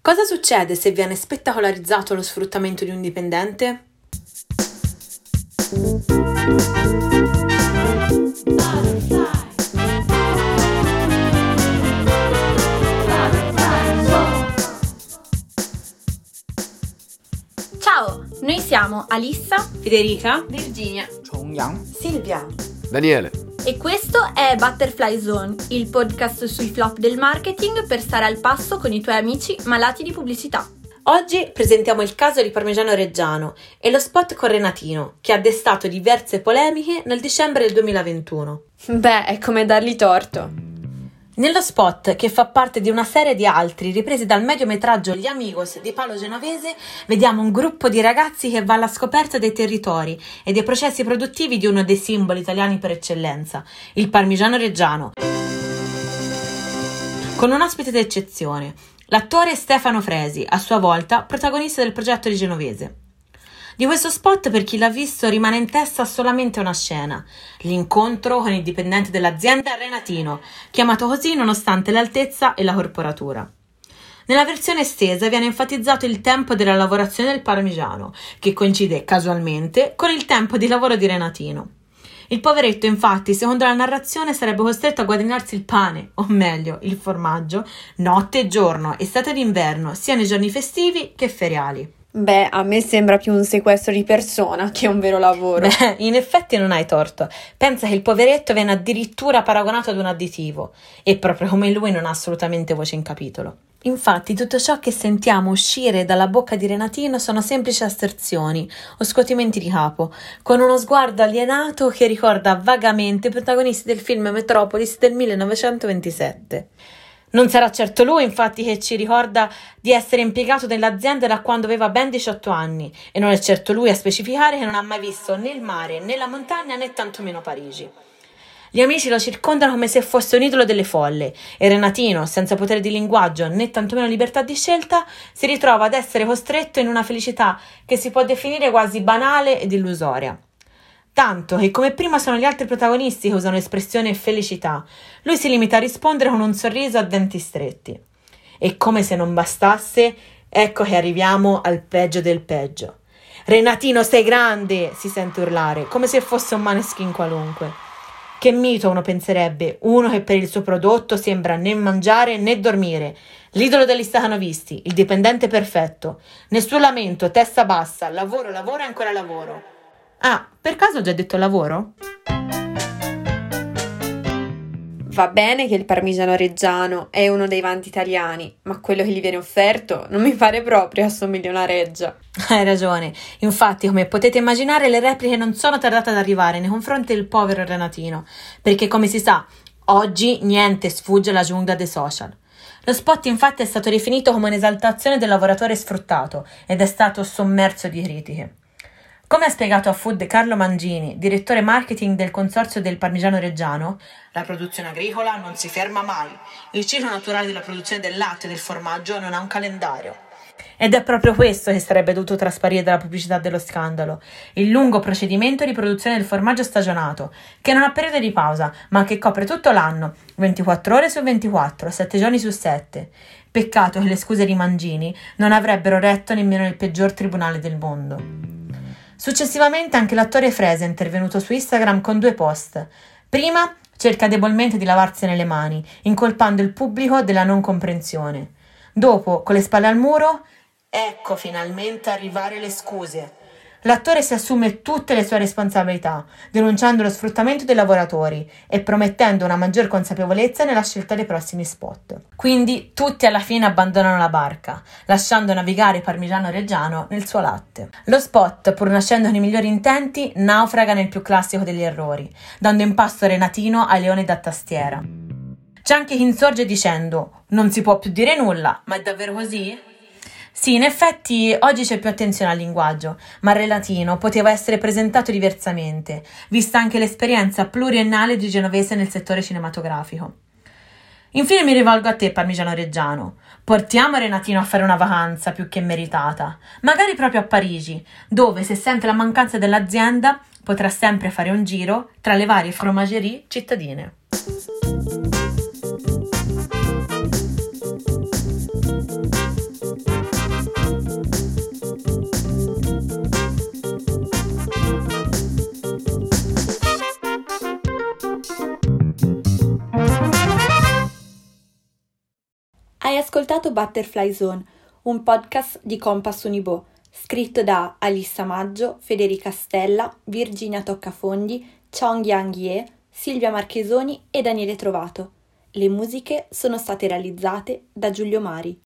Cosa succede se viene spettacolarizzato lo sfruttamento di un dipendente? Ciao, noi siamo Alissa, Federica, Virginia, Silvia. Daniele. e questo è Butterfly Zone, il podcast sui flop del marketing per stare al passo con i tuoi amici malati di pubblicità. Oggi presentiamo il caso di Parmigiano Reggiano e lo spot con Renatino, che ha destato diverse polemiche nel dicembre del 2021. Beh, è come dargli torto. Nello spot, che fa parte di una serie di altri ripresi dal mediometraggio Gli Amigos di Paolo Genovese, vediamo un gruppo di ragazzi che va alla scoperta dei territori e dei processi produttivi di uno dei simboli italiani per eccellenza, il Parmigiano Reggiano. Con un ospite d'eccezione, l'attore Stefano Fresi, a sua volta protagonista del progetto di Genovese. Di questo spot, per chi l'ha visto, rimane in testa solamente una scena: l'incontro con il dipendente dell'azienda Renatino, chiamato così nonostante l'altezza e la corporatura. Nella versione estesa viene enfatizzato il tempo della lavorazione del parmigiano, che coincide casualmente con il tempo di lavoro di Renatino. Il poveretto, infatti, secondo la narrazione, sarebbe costretto a guadagnarsi il pane, o meglio, il formaggio, notte e giorno, estate ed inverno, sia nei giorni festivi che feriali. Beh, a me sembra più un sequestro di persona che un vero lavoro. Beh, in effetti non hai torto. Pensa che il poveretto viene addirittura paragonato ad un additivo e proprio come lui non ha assolutamente voce in capitolo. Infatti tutto ciò che sentiamo uscire dalla bocca di Renatino sono semplici asserzioni o scuotimenti di capo, con uno sguardo alienato che ricorda vagamente i protagonisti del film Metropolis del 1927. Non sarà certo lui, infatti, che ci ricorda di essere impiegato nell'azienda da quando aveva ben 18 anni, e non è certo lui a specificare che non ha mai visto né il mare, né la montagna, né tantomeno Parigi. Gli amici lo circondano come se fosse un idolo delle folle, e Renatino, senza potere di linguaggio né tantomeno libertà di scelta, si ritrova ad essere costretto in una felicità che si può definire quasi banale ed illusoria. Tanto che, come prima sono gli altri protagonisti che usano l'espressione felicità, lui si limita a rispondere con un sorriso a denti stretti. E come se non bastasse, ecco che arriviamo al peggio del peggio. «Renatino, sei grande!» si sente urlare, come se fosse un Maneskin qualunque. Che mito, uno penserebbe, uno che per il suo prodotto sembra né mangiare né dormire. L'idolo degli stacanovisti, il dipendente perfetto. Nessun lamento, testa bassa, lavoro, lavoro e ancora lavoro. Ah, per caso ho già detto lavoro? Va bene che il Parmigiano Reggiano è uno dei vanti italiani, ma quello che gli viene offerto non mi pare proprio assomiglia a una reggia. Hai ragione. Infatti, come potete immaginare, le repliche non sono tardate ad arrivare nei confronti del povero Renatino, perché, come si sa, oggi niente sfugge alla giungla dei social. Lo spot, infatti, è stato definito come un'esaltazione del lavoratore sfruttato ed è stato sommerso di critiche. Come ha spiegato a Food Carlo Mangini, direttore marketing del consorzio del Parmigiano Reggiano, la produzione agricola non si ferma mai. Il ciclo naturale della produzione del latte e del formaggio non ha un calendario. Ed è proprio questo che sarebbe dovuto trasparire dalla pubblicità dello scandalo: il lungo procedimento di produzione del formaggio stagionato, che non ha periodo di pausa, ma che copre tutto l'anno, 24 ore su 24, 7 giorni su 7. Peccato che le scuse di Mangini non avrebbero retto nemmeno il peggior tribunale del mondo. Successivamente anche l'attore Fresi è intervenuto su Instagram con 2 post. Prima cerca debolmente di lavarsene le mani, incolpando il pubblico della non comprensione. Dopo, con le spalle al muro, ecco finalmente arrivare le scuse. L'attore si assume tutte le sue responsabilità, denunciando lo sfruttamento dei lavoratori e promettendo una maggior consapevolezza nella scelta dei prossimi spot. Quindi tutti alla fine abbandonano la barca, lasciando navigare Parmigiano Reggiano nel suo latte. Lo spot, pur nascendo con i migliori intenti, naufraga nel più classico degli errori, dando in pasto Renatino ai leoni da tastiera. C'è anche chi insorge dicendo: non si può più dire nulla, ma è davvero così? Sì, in effetti oggi c'è più attenzione al linguaggio, ma Renatino poteva essere presentato diversamente, vista anche l'esperienza pluriennale di Genovese nel settore cinematografico. Infine mi rivolgo a te, Parmigiano Reggiano. Portiamo Renatino a fare una vacanza più che meritata, magari proprio a Parigi, dove, se sente la mancanza dell'azienda, potrà sempre fare un giro tra le varie fromagerie cittadine. ascoltato Butterfly Zone, un podcast di Compass Unibo, scritto da Alissa Maggio, Federica Stella, Virginia Toccafondi, Chong Yang Ye, Silvia Marchesoni e Daniele Trovato. Le musiche sono state realizzate da Giulio Mari.